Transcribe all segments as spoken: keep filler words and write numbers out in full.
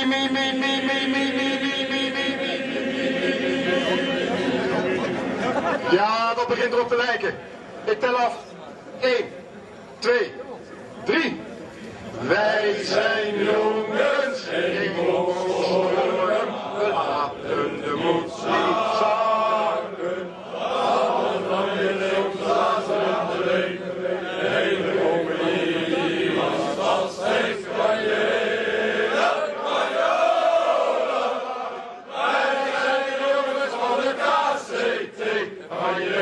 Ja, dat begint erop te lijken. Ik tel af. één, twee, drie. Wij zijn jongens, hemelschoren, we laten de moed niet zakken. Allen van je leeuw laten de leven, de hele comedie was vast heeft van je, van Jola. Wij zijn jongens van de K C T, van je.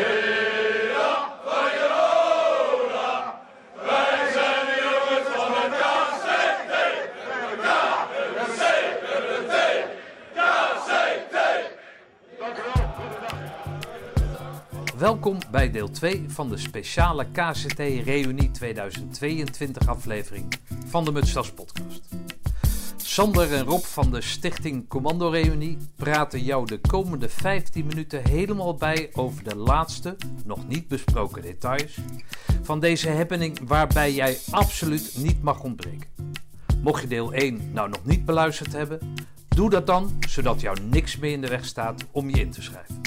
Welkom bij deel twee van de speciale K C T Reunie tweeduizend tweeëntwintig aflevering van de Mutstas podcast. Sander en Rob van de Stichting Commando Reunie praten jou de komende vijftien minuten helemaal bij over de laatste, nog niet besproken details van deze happening waarbij jij absoluut niet mag ontbreken. Mocht je deel één nou nog niet beluisterd hebben, doe dat dan, zodat jou niks meer in de weg staat om je in te schrijven.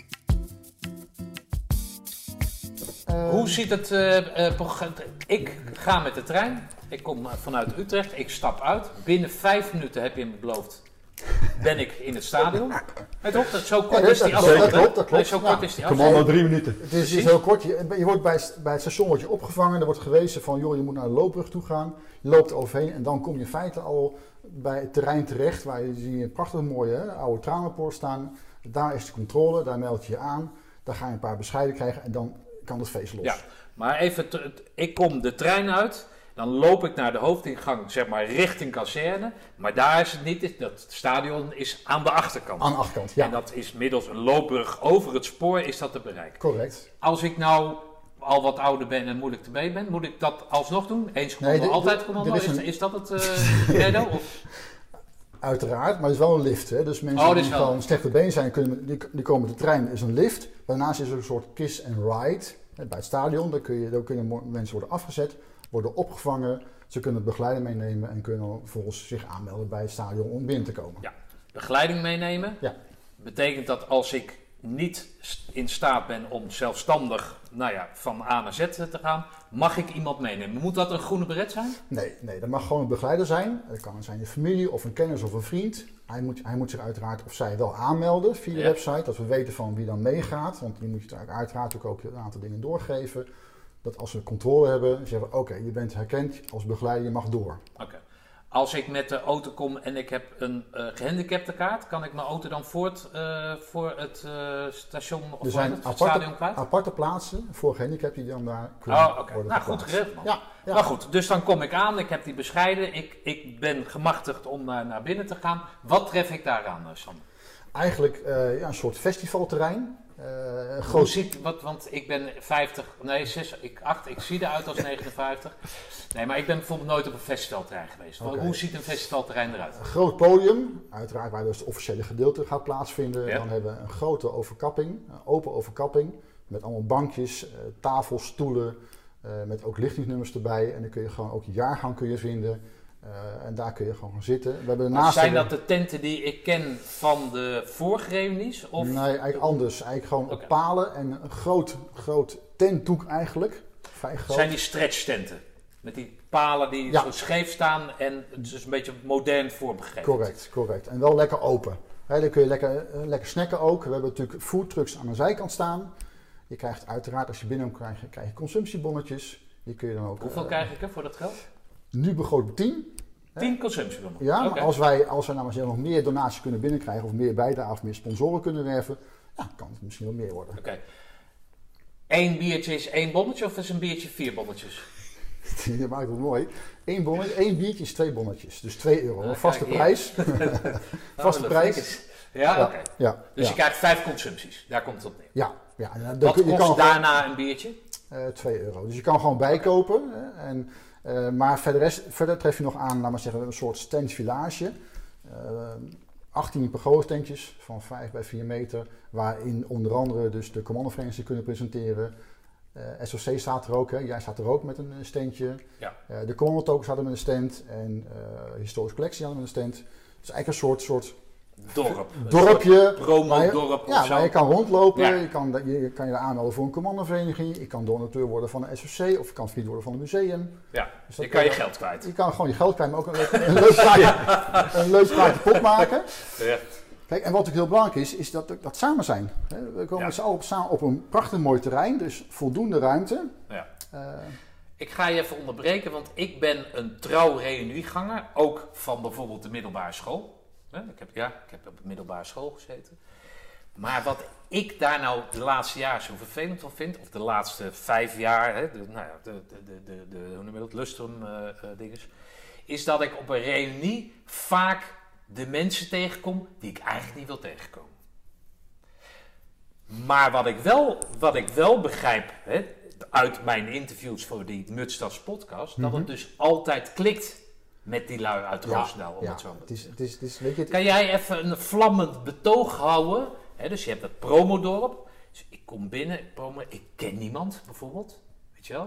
Uh, Hoe ziet het uh, uh, programma? Ik ga met de trein. Ik kom uh, vanuit Utrecht. Ik stap uit. Binnen vijf minuten heb je me beloofd. Ben ik in het stadion. Het hoeft dat zo kort ja, is die afstand. Dat klopt, dat klopt. Nee, zo kort ja. is die afstand. Commando drie minuten. Het is, is heel kort. Je, je wordt bij, bij het station wordt je opgevangen. Er wordt gewezen van, joh, je moet naar de loopbrug toe gaan. Je loopt er overheen en dan kom je in feite al bij het terrein terecht. Waar je zie een prachtig mooie hè, oude tranenpoort staan. Daar is de controle. Daar meld je je aan. Daar ga je een paar bescheiden krijgen en dan kan het feest los. Ja, maar even, te, ik kom de trein uit, dan loop ik naar de hoofdingang, zeg maar richting kazerne. Maar daar is het niet, dat stadion is aan de achterkant. Aan de achterkant, ja. En dat is middels een loopbrug over het spoor is dat te bereiken. Correct. Als ik nou al wat ouder ben en moeilijk te been ben, moet ik dat alsnog doen? Eens commando, nee, altijd commando? Is, een... is dat het uh, credo? Of? Uiteraard, maar het is wel een lift. Hè? Dus mensen oh, die wel... gewoon slechte been zijn, kunnen, die, die komen met de trein, is een lift. Daarnaast is er een soort kiss and ride hè, bij het stadion. Daar, kun je, daar kunnen mensen worden afgezet, worden opgevangen. Ze kunnen begeleiding meenemen en kunnen vervolgens zich aanmelden bij het stadion om binnen te komen. Ja, begeleiding meenemen. Ja. Betekent dat als ik niet in staat ben om zelfstandig nou ja, van A naar Z te gaan, mag ik iemand meenemen? Moet dat een groene beret zijn? Nee, nee, dat mag gewoon een begeleider zijn. Dat kan zijn je familie of een kennis of een vriend. Hij moet, hij moet zich uiteraard of zij wel aanmelden via de ja. website, dat we weten van wie dan meegaat. Want die moet je uiteraard ook, ook een aantal dingen doorgeven. Dat als we controle hebben, zeggen we oké, okay, je bent herkend als begeleider, je mag door. Oké. Okay. Als ik met de auto kom en ik heb een uh, gehandicapte kaart, kan ik mijn auto dan voort uh, voor het uh, station of er zijn het aparte, stadion kwijt? aparte plaatsen voor gehandicapten die dan daar kunnen oh, okay. worden nou, geplaatst. goed geregeld. Ja, ja. Maar goed, dus dan kom ik aan, ik heb die bescheiden, ik, ik ben gemachtigd om naar, naar binnen te gaan. Wat tref ik daaraan, Sander? Eigenlijk uh, ja, een soort festivalterrein. Uh, Hoe ziet, wat, want ik ben vijftig, nee, zes, ik, acht, ik zie eruit als negenenvijftig. Nee, maar ik ben bijvoorbeeld nooit op een festivalterrein geweest. Okay. Hoe ziet een festivalterrein eruit? Een groot podium, uiteraard waar dus het officiële gedeelte gaat plaatsvinden. Ja. Dan hebben we een grote overkapping, een open overkapping. Met allemaal bankjes, uh, tafels, stoelen, uh, met ook lichtingsnummers erbij. En dan kun je gewoon ook je jaargang kun je vinden. Uh, en daar kun je gewoon gaan zitten. We hebben daarnaast zijn dat de tenten die ik ken van de vorige reunies? Of? Nee, eigenlijk anders. Eigenlijk gewoon okay. palen en een groot, groot tentdoek eigenlijk. Vrij groot. Zijn die stretch tenten? Met die palen die ja. zo scheef staan en het is een beetje modern voorbegeven. Correct, correct. En wel lekker open. He, dan kun je lekker, uh, lekker snacken ook. We hebben natuurlijk foodtrucks aan de zijkant staan. Je krijgt uiteraard, als je binnen krijgt, krijg je consumptiebonnetjes. Die kun je dan ook, Hoeveel uh, krijg ik er voor dat geld? Nu begroot tien. tien consumptiebonnen? Ja, okay. maar als wij, als wij namelijk nog meer donaties kunnen binnenkrijgen of meer bijdrage of meer sponsoren kunnen werven, ja, kan het misschien wel meer worden. Oké. Okay. Eén biertje is één bonnetje of is een biertje vier bonnetjes? Je maakt het mooi. Eén, bonnetje, één biertje is twee bonnetjes, dus twee euro. Ah, een vaste kijk, prijs. Vaste prijs. Ja, ja, oké. Okay. Ja, dus ja. je krijgt vijf consumpties, daar komt het op neer. Ja. ja dan, Wat je kost kan daarna gewoon, een biertje? Uh, twee euro. Dus je kan gewoon bijkopen. Hè, en, uh, maar verder, rest, verder tref je nog aan, laat maar zeggen, een soort standvillage. Uh, achttien pergola-standjes van vijf bij vier meter. Waarin onder andere dus de commandovereniging kunnen presenteren. Uh, S O C staat er ook, hè. Jij staat er ook met een standje. Ja. Uh, de commandotokens hadden met een stand. En uh, historische collectie hadden met een stand. is eigenlijk een soort, soort Dorp. dorpje. Promo-dorp Ja, of zo. waar je kan rondlopen. Ja. Je, kan, je, je kan je aanmelden voor een commandovereniging. Je kan donateur worden van een S F C of je kan vriend worden van een museum. Ja, Dus dat je kan je je- geld kwijt. Je kan gewoon je geld kwijt, maar ook een leuk, een leuk praatje, een leuk praatje pot maken. Ja. Kijk, en wat ook heel belangrijk is, is dat, dat samen zijn. Hè, We komen Ja. met z'n allen op, samen op een prachtig mooi terrein, dus voldoende ruimte. Ja. Uh, Ik ga je even onderbreken, want ik ben een trouw reunieganger, ook van bijvoorbeeld de middelbare school. Ik heb, ja, ik heb op de middelbare school gezeten. Maar wat ik daar nou de laatste jaren zo vervelend van vind, of de laatste vijf jaar, hè, de, nou ja, de, de, de, de, de, hoe noem je dat, lustrum uh, uh, dinges, is dat ik op een reunie vaak de mensen tegenkom die ik eigenlijk niet wil tegenkomen. Maar wat ik wel, wat ik wel begrijp, hè, uit mijn interviews voor die Mutstads podcast, Mm-hmm. dat het dus altijd klikt met die lui uit Roosendaal. om ja, het zo maar het te is, zeggen. het is, het is, weet je, het- Kan jij even een vlammend betoog houden? Hè, dus je hebt dat promodorp. Dus ik kom binnen, ik, promo, ik ken niemand bijvoorbeeld. Weet je wel?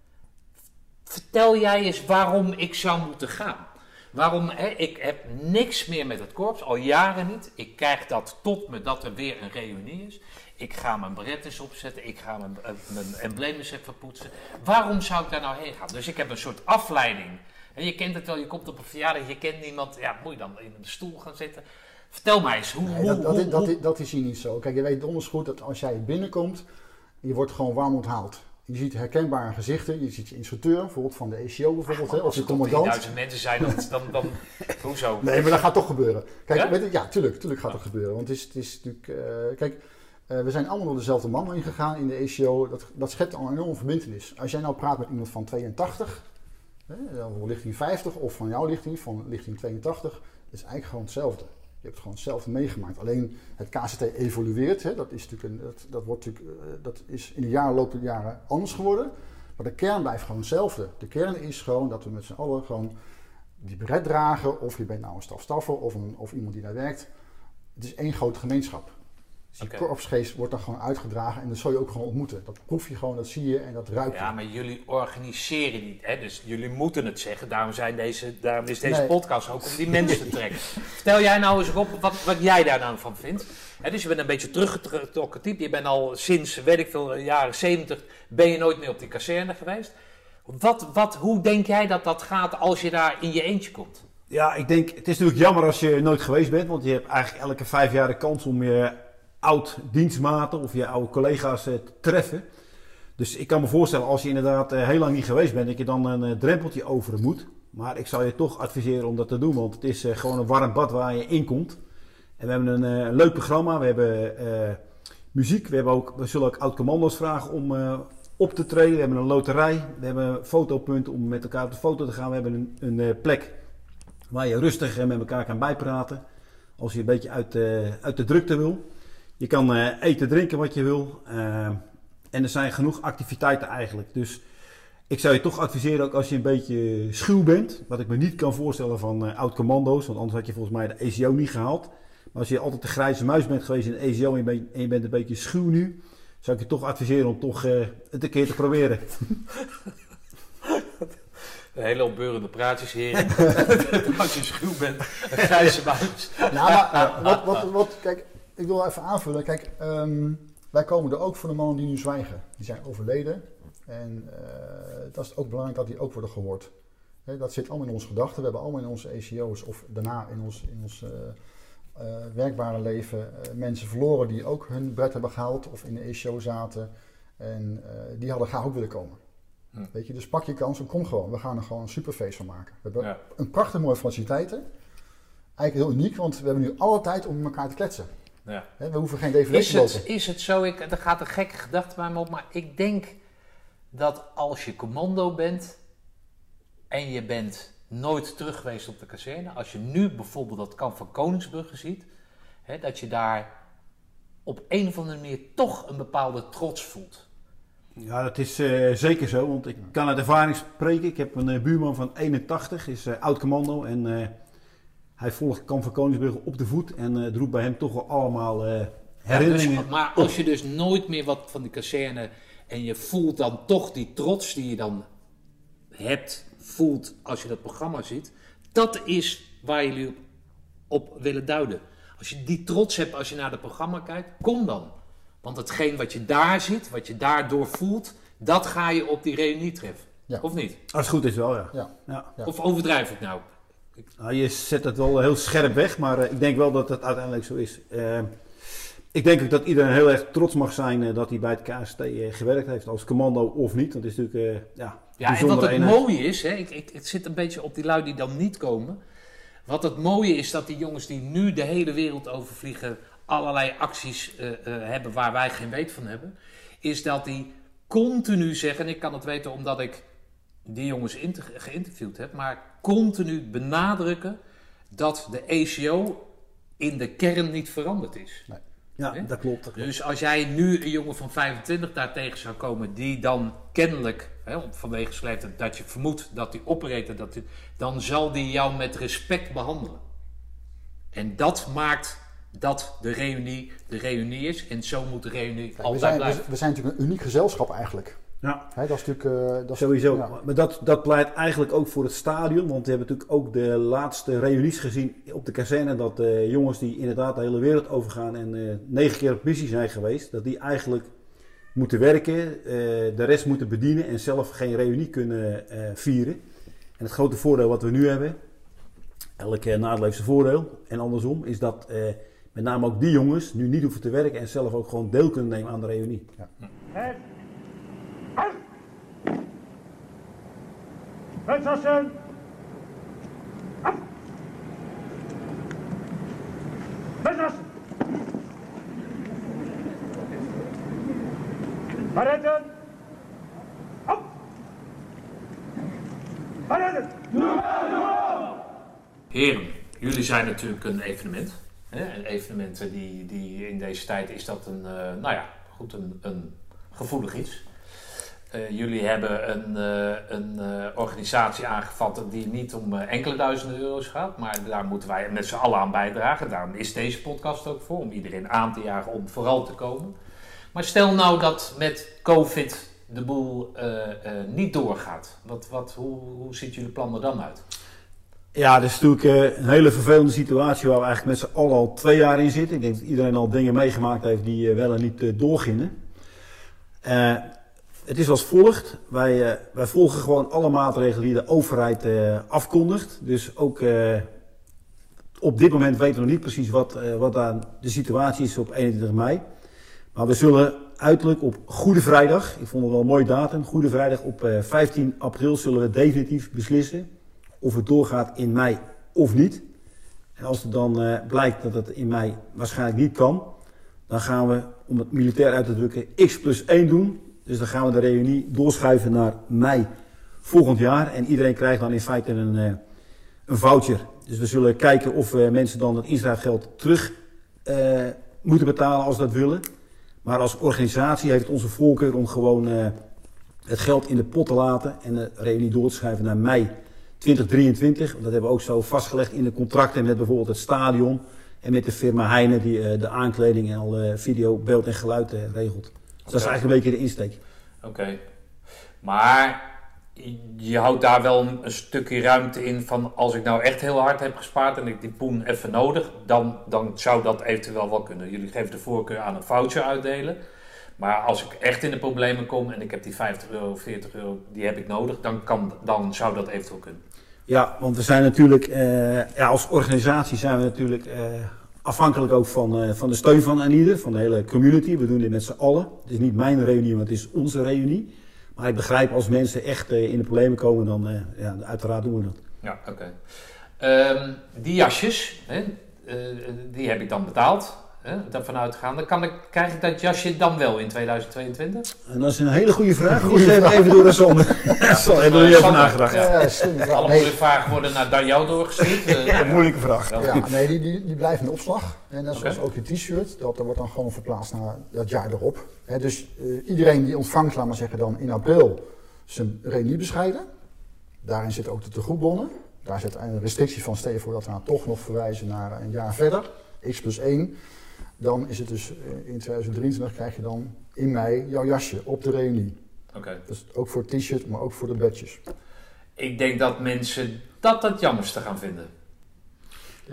Vertel jij eens waarom ik zou moeten gaan. Waarom, hè, ik heb niks meer met het korps, al jaren niet. Ik krijg dat tot me dat er weer een reunie is. Ik ga mijn berettes opzetten, ik ga mijn, uh, mijn embleem eens even poetsen. Waarom zou ik daar nou heen gaan? Dus ik heb een soort afleiding. En je kent het wel, je komt op een verjaardag, je kent niemand. Ja, moet je dan in de stoel gaan zitten? Vertel mij eens, hoe... nee, hoe, dat, dat, hoe, is- dat, hoe- is- dat is hier niet zo. Kijk, je weet donders goed dat als jij binnenkomt, je wordt gewoon warm onthaald. Je ziet herkenbare gezichten, je ziet je instructeur, bijvoorbeeld van de E C O bijvoorbeeld, hè, of Als je het al commandant. drieduizend mensen zijn, dan... dan, dan hoezo? Nee, maar dat gaat toch gebeuren. Kijk, Ja? weet je, ja, tuurlijk, tuurlijk gaat dat gebeuren. Want het is, het is natuurlijk, eh, kijk, eh, we zijn allemaal door dezelfde man heen gegaan in de E C O. Dat, dat schept al een enorme verbintenis. Als jij nou praat met iemand van tweeëntachtig, hè, dan lichting vijftig, of van jouw lichting, van lichting tweeëntachtig, dat is eigenlijk gewoon hetzelfde. Je hebt gewoon hetzelfde meegemaakt. Alleen het K C T evolueert. Hè. Dat, is natuurlijk een, dat, dat, wordt natuurlijk, uh, dat is in de jaren, loop der jaren anders geworden. Maar de kern blijft gewoon hetzelfde. De kern is gewoon dat we met z'n allen gewoon die beret dragen. Of je bent nou een stafstaffer of, een, of iemand die daar werkt. Het is één grote gemeenschap. Dus die Oké. korpsgeest wordt dan gewoon uitgedragen. En dat zul je ook gewoon ontmoeten. Dat proef je gewoon, dat zie je en dat ruik je. Ja, maar jullie organiseren niet, hè? Dus jullie moeten het zeggen. Daarom, zijn deze, daarom is deze Nee. podcast ook om die mensen te trekken. Vertel jij nou eens Rob wat, wat jij daar nou van vindt. Hè, dus je bent een beetje teruggetrokken type. Je bent al sinds, weet ik veel, jaren zeventig, ben je nooit meer op die kazerne geweest. Wat, wat, hoe denk jij dat dat gaat als je daar in je eentje komt? Ja, ik denk, het is natuurlijk jammer als je nooit geweest bent, want je hebt eigenlijk elke vijf jaar de kans om je oud dienstmaten of je oude collega's eh, te treffen. Dus ik kan me voorstellen, als je inderdaad eh, heel lang niet geweest bent, dat je dan een eh, drempeltje over moet. Maar ik zou je toch adviseren om dat te doen, want het is eh, gewoon een warm bad waar je in komt. En we hebben een, eh, een leuk programma, we hebben eh, muziek, we, hebben ook, we zullen ook oud-commando's vragen om eh, op te treden. We hebben een loterij, we hebben een fotopunt om met elkaar op de foto te gaan. We hebben een, een uh, plek waar je rustig uh, met elkaar kan bijpraten. Als je een beetje uit, uh, uit de drukte wil. Je kan uh, eten, drinken wat je wil. Uh, en er zijn genoeg activiteiten eigenlijk. Dus ik zou je toch adviseren, ook als je een beetje schuw bent. Wat ik me niet kan voorstellen van uh, oud-commando's. Want anders had je volgens mij de E C O niet gehaald. Maar als je altijd de grijze muis bent geweest in de E C O en je bent, en je bent een beetje schuw nu. Zou ik je toch adviseren om toch uh, het een keer te proberen. Hele opbeurende praatjes, heren. Als je schuw bent, een grijze buis. Nou, maar, uh, wat, wat, wat, kijk, ik wil even aanvullen. Kijk, um, wij komen er ook voor de mannen die nu zwijgen. Die zijn overleden. En uh, dat is ook belangrijk dat die ook worden gehoord. He, dat zit allemaal in onze gedachten. We hebben allemaal in onze E C O's of daarna in ons, in ons uh, uh, werkbare leven uh, mensen verloren die ook hun bret hebben gehaald of in de E C O zaten. En uh, die hadden graag ook willen komen. Hm. Weet je, dus pak je kans en kom gewoon. We gaan er gewoon een superfeest van maken. We hebben ja. een prachtig mooie faciliteiten. Eigenlijk heel uniek, want we hebben nu alle tijd om met elkaar te kletsen. Ja. He, we hoeven geen D V D's is te lopen. Het, is het zo, ik, er gaat een gekke gedachte bij me op, maar ik denk dat als je commando bent en je bent nooit terug geweest op de kazerne, als je nu bijvoorbeeld dat kamp van Koningsbrugge ziet, hè, dat je daar op een of andere manier toch een bepaalde trots voelt. Ja, dat is uh, zeker zo, want ik kan uit ervaring spreken. Ik heb een uh, buurman van eenentachtig, is uh, oud-commando en uh, hij volgt kamp van Koningsbrugge op de voet en uh, het roept bij hem toch wel allemaal uh, herinneringen. Ja, dus, maar als je dus nooit meer wat van die kazerne en je voelt dan toch die trots die je dan hebt, voelt als je dat programma ziet, dat is waar jullie op, op willen duiden. Als je die trots hebt als je naar het programma kijkt, kom dan. Want hetgeen wat je daar ziet, wat je daardoor voelt, dat ga je op die reunie treffen. Ja. Of niet? Als het goed is wel, ja. Ja. ja. Ja. Of overdrijf ik nou? Nou, je zet het wel heel scherp weg, maar uh, ik denk wel dat het uiteindelijk zo is. Uh, ik denk ook dat iedereen heel erg trots mag zijn uh, dat hij bij het K S T uh, gewerkt heeft, als commando of niet. Dat is natuurlijk, uh, ja, Ja, en wat het eenheid. mooie is, hè, ik, ik, ik zit een beetje op die lui die dan niet komen. Wat het mooie is dat die jongens die nu de hele wereld overvliegen, allerlei acties uh, uh, hebben waar wij geen weet van hebben, is dat die continu zeggen, en ik kan het weten omdat ik die jongens inter- geïnterviewd heb, maar continu benadrukken dat de A C O in de kern niet veranderd is. Nee. Ja, He? dat klopt, dat klopt. Dus als jij nu een jongen van vijfentwintig daar tegen zou komen, die dan kennelijk, he, vanwege zijn leeftijd, dat je vermoedt dat hij operator, dat die, dan zal die jou met respect behandelen. En dat maakt dat de reunie de reunie is. En zo moet de reunie Kijk, altijd we zijn, blijven. we, we zijn natuurlijk een uniek gezelschap eigenlijk. Ja. Hè, dat is natuurlijk... Uh, dat is, Sowieso. Ja. Maar dat, dat pleit eigenlijk ook voor het stadion. Want we hebben natuurlijk ook de laatste reunies gezien op de kazerne. Dat uh, jongens die inderdaad de hele wereld overgaan en uh, negen keer op missie zijn geweest. Dat die eigenlijk moeten werken, uh, de rest moeten bedienen en zelf geen reunie kunnen uh, vieren. En het grote voordeel wat we nu hebben, elke nadeel heeft zijn voordeel. En andersom is dat uh, met name ook die jongens nu niet hoeven te werken en zelf ook gewoon deel kunnen nemen aan de reunie. Ja. Het. Wetsassen. Af. Wetsassen. Baretten. Op. Baretten. Heren, jullie zijn natuurlijk een evenement. Hè? En evenementen die, die in deze tijd is dat een, uh, nou ja, goed, een, een gevoelig iets. Uh, jullie hebben een, uh, een uh, organisatie aangevat die niet om uh, enkele duizenden euro's gaat, maar daar moeten wij met z'n allen aan bijdragen. Daarom is deze podcast ook voor, om iedereen aan te jagen om vooral te komen. Maar stel nou dat met COVID de boel uh, uh, niet doorgaat. Wat, wat, hoe, hoe ziet jullie plan er dan uit? Ja, dat is natuurlijk uh, een hele vervelende situatie waar we eigenlijk met z'n allen al twee jaar in zitten. Ik denk dat iedereen al dingen meegemaakt heeft die uh, wel en niet uh, doorgingen. Uh, Het is als volgt. Wij, uh, wij volgen gewoon alle maatregelen die de overheid uh, afkondigt. Dus ook uh, op dit moment weten we nog niet precies wat, uh, wat daar de situatie is op eenentwintig mei. Maar we zullen uiterlijk op Goede Vrijdag, ik vond het wel een mooie datum, Goede Vrijdag op uh, vijftien april zullen we definitief beslissen of het doorgaat in mei of niet. En als het dan uh, blijkt dat het in mei waarschijnlijk niet kan, dan gaan we, om het militair uit te drukken, x plus één doen. Dus dan gaan we de reunie doorschuiven naar mei volgend jaar. En iedereen krijgt dan in feite een, uh, een voucher. Dus we zullen kijken of uh, mensen dan het Israëlgeld terug uh, moeten betalen als ze dat willen. Maar als organisatie heeft het onze voorkeur om gewoon uh, het geld in de pot te laten. En de reunie door te schuiven naar mei twintig drieëntwintig. Dat hebben we ook zo vastgelegd in de contracten met bijvoorbeeld het stadion. En met de firma Heine die uh, de aankleding en al uh, video, beeld en geluid uh, regelt. Dus dat is eigenlijk een beetje de insteek. Oké. Okay. Maar je houdt daar wel een, een stukje ruimte in van als ik nou echt heel hard heb gespaard en ik die poen even nodig, dan, dan zou dat eventueel wel kunnen. Jullie geven de voorkeur aan een voucher uitdelen. Maar als ik echt in de problemen kom en ik heb die vijftig euro, veertig euro, die heb ik nodig, dan, kan, dan zou dat eventueel kunnen. Ja, want we zijn natuurlijk, uh, ja, als organisatie zijn we natuurlijk... Uh, afhankelijk ook van, uh, van de steun van Anieder, van de hele community. We doen dit met z'n allen. Het is niet mijn reunie, want het is onze reunie. Maar ik begrijp als mensen echt uh, in de problemen komen, dan uh, ja, uiteraard doen we dat. Ja, oké. Okay. Um, die jasjes, hè, uh, die heb ik dan betaald. Hè, daarvan uitgaande. Kan ik, krijg ik dat jasje dan wel in tweeduizend tweeëntwintig? En dat is een hele goede vraag. Goeie vraag. Even door de zon. Ja, Zal hebben we er over nagedacht. Ja, ja, slim. Ja, alle nee. moeilijke vragen worden naar jou doorgestuurd. Uh, ja, een moeilijke vraag. Ja, nee, die, die, die blijven in opslag. En net zoals Okay. ook je t-shirt, dat, dat wordt dan gewoon verplaatst naar dat jaar erop. He, dus uh, iedereen die ontvangt, laat maar zeggen, dan in april zijn reuniebescheiden. Daarin zitten ook de tegoedbonnen. Daar zit een restrictie van, stel je voor dat we nou toch nog verwijzen naar een jaar verder, x plus één. Dan is het dus in tweeduizend drieëntwintig krijg je dan in mei jouw jasje op de reunie. Okay. Dus ook voor het t-shirt, maar ook voor de badges. Ik denk dat mensen dat het jammerste gaan vinden. Ja.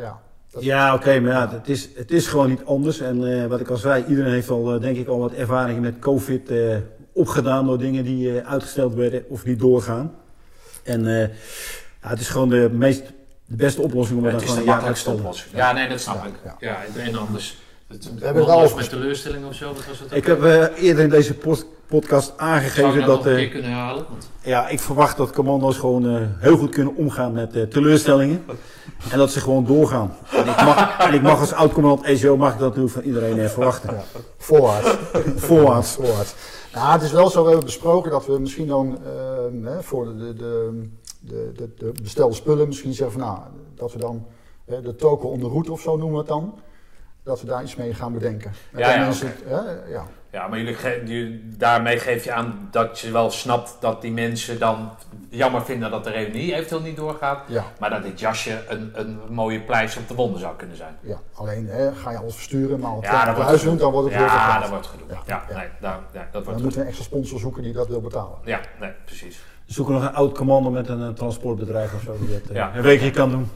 Dat- Ja, oké, maar ja, het, is, het is gewoon niet anders. En uh, wat ik al zei, iedereen heeft al, uh, denk ik, al wat ervaringen met COVID uh, opgedaan door dingen die uh, uitgesteld werden of niet doorgaan. En uh, ja, het is gewoon de meest, de beste oplossing om Ja, het het dan is gewoon de een jaar uit te makkelijkste stellen. oplossing. Ja, nee, dat snap Ja, ik. ja. Ja, en anders... Het, We hebben het al anders over met teleurstelling of zo, wat was het? Ik heb uh, eerder in deze post, podcast Zou je aangegeven dat, dat... nog een Uh, keer kunnen halen? Want... Ja, ik verwacht dat commando's gewoon uh, heel goed kunnen omgaan met uh, teleurstellingen. En dat ze gewoon doorgaan. En ik mag, en ik mag als oud-commandant E C O mag ik dat natuurlijk van iedereen uh, verwachten. Ja, voorwaarts. Voorwaarts. Voorwaarts. Nou, het is wel zo, we hebben besproken dat we misschien dan uh, hè, voor de, de, de, de, de, de bestelde spullen misschien zeggen van nou, dat we dan hè, de token on the route of zo noemen we het dan. Dat we daar iets mee gaan bedenken. En Ja, dat ja, mensen oké. het, hè, ja. Ja, maar jullie ge- jullie- daarmee geef je aan dat je wel snapt dat die mensen dan jammer vinden dat de reunie eventueel niet doorgaat. Ja, Maar dat dit jasje een, een mooie pleister op de wonden zou kunnen zijn. ja, alleen hè, ga je alles versturen, maar al Ja, dat twintig wordt duizend, dan wordt het heel veel Ja, geld. dat wordt gedoe. Ja, Ja, ja. nee, daar, ja, dat Dan wordt moeten we gedoe. een extra sponsor zoeken die dat wil betalen. Ja, nee, precies. Zoeken nog een oud-commando met een, een transportbedrijf of zo die dat uh, Ja. een weekje kan doen.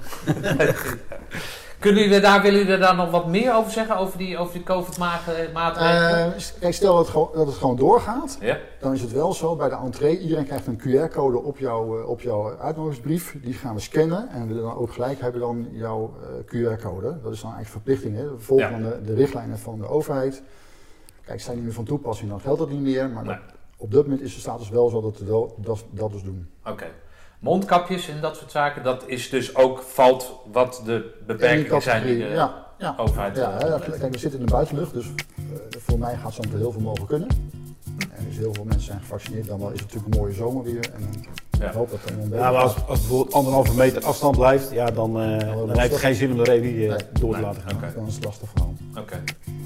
Kunnen jullie daar, willen jullie daar nog wat meer over zeggen, over die, over die COVID-maatregelen? Uh, kijk, stel dat het, gewoon, dat het gewoon doorgaat, ja? dan is het wel zo bij de entree. Iedereen krijgt een Q R-code op, jou, uh, op jouw uitnodigingsbrief. Die gaan we scannen en we dan ook gelijk hebben dan jouw uh, Q R-code. Dat is dan eigenlijk verplichting. Hè? We volgen Ja. dan de, de richtlijnen van de overheid. Kijk, zijn die nu van toepassing, dan geldt dat niet meer. Maar Nee. dat, op dit moment is de status wel zo dat we wel, dat, dat dus doen. Oké. Mondkapjes en dat soort zaken, dat is dus ook, valt wat de En die beperkingen zijn die categorie, de ja, ja. overheid... Ja, eh, hè, oplegt. kijk, we zitten in de buitenlucht, dus uh, voor mij gaat zo'n heel veel mogen kunnen. En dus heel veel mensen zijn gevaccineerd, dan wel is het natuurlijk een mooie zomer weer. En dan Ja. ik hoop dat er iemand Ja, maar als, als bijvoorbeeld anderhalve meter afstand blijft, ja, dan, uh, dan heeft het geen zin om de reunie uh, Nee. door te Nee. laten gaan. Oké. Dan is het lastig verhaal. Oké.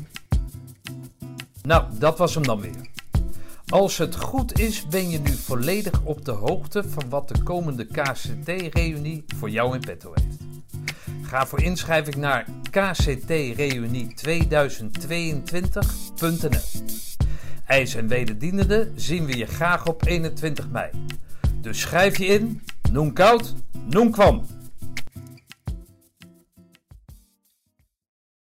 Nou, dat was hem dan weer. Als het goed is, ben je nu volledig op de hoogte van wat de komende K C T-reunie voor jou in petto heeft. Ga voor inschrijving naar k c t reunie tweeduizend tweeëntwintig punt n l. IJs en wederdienende zien we je graag op eenentwintig mei. Dus schrijf je in, noem koud, noem kwam.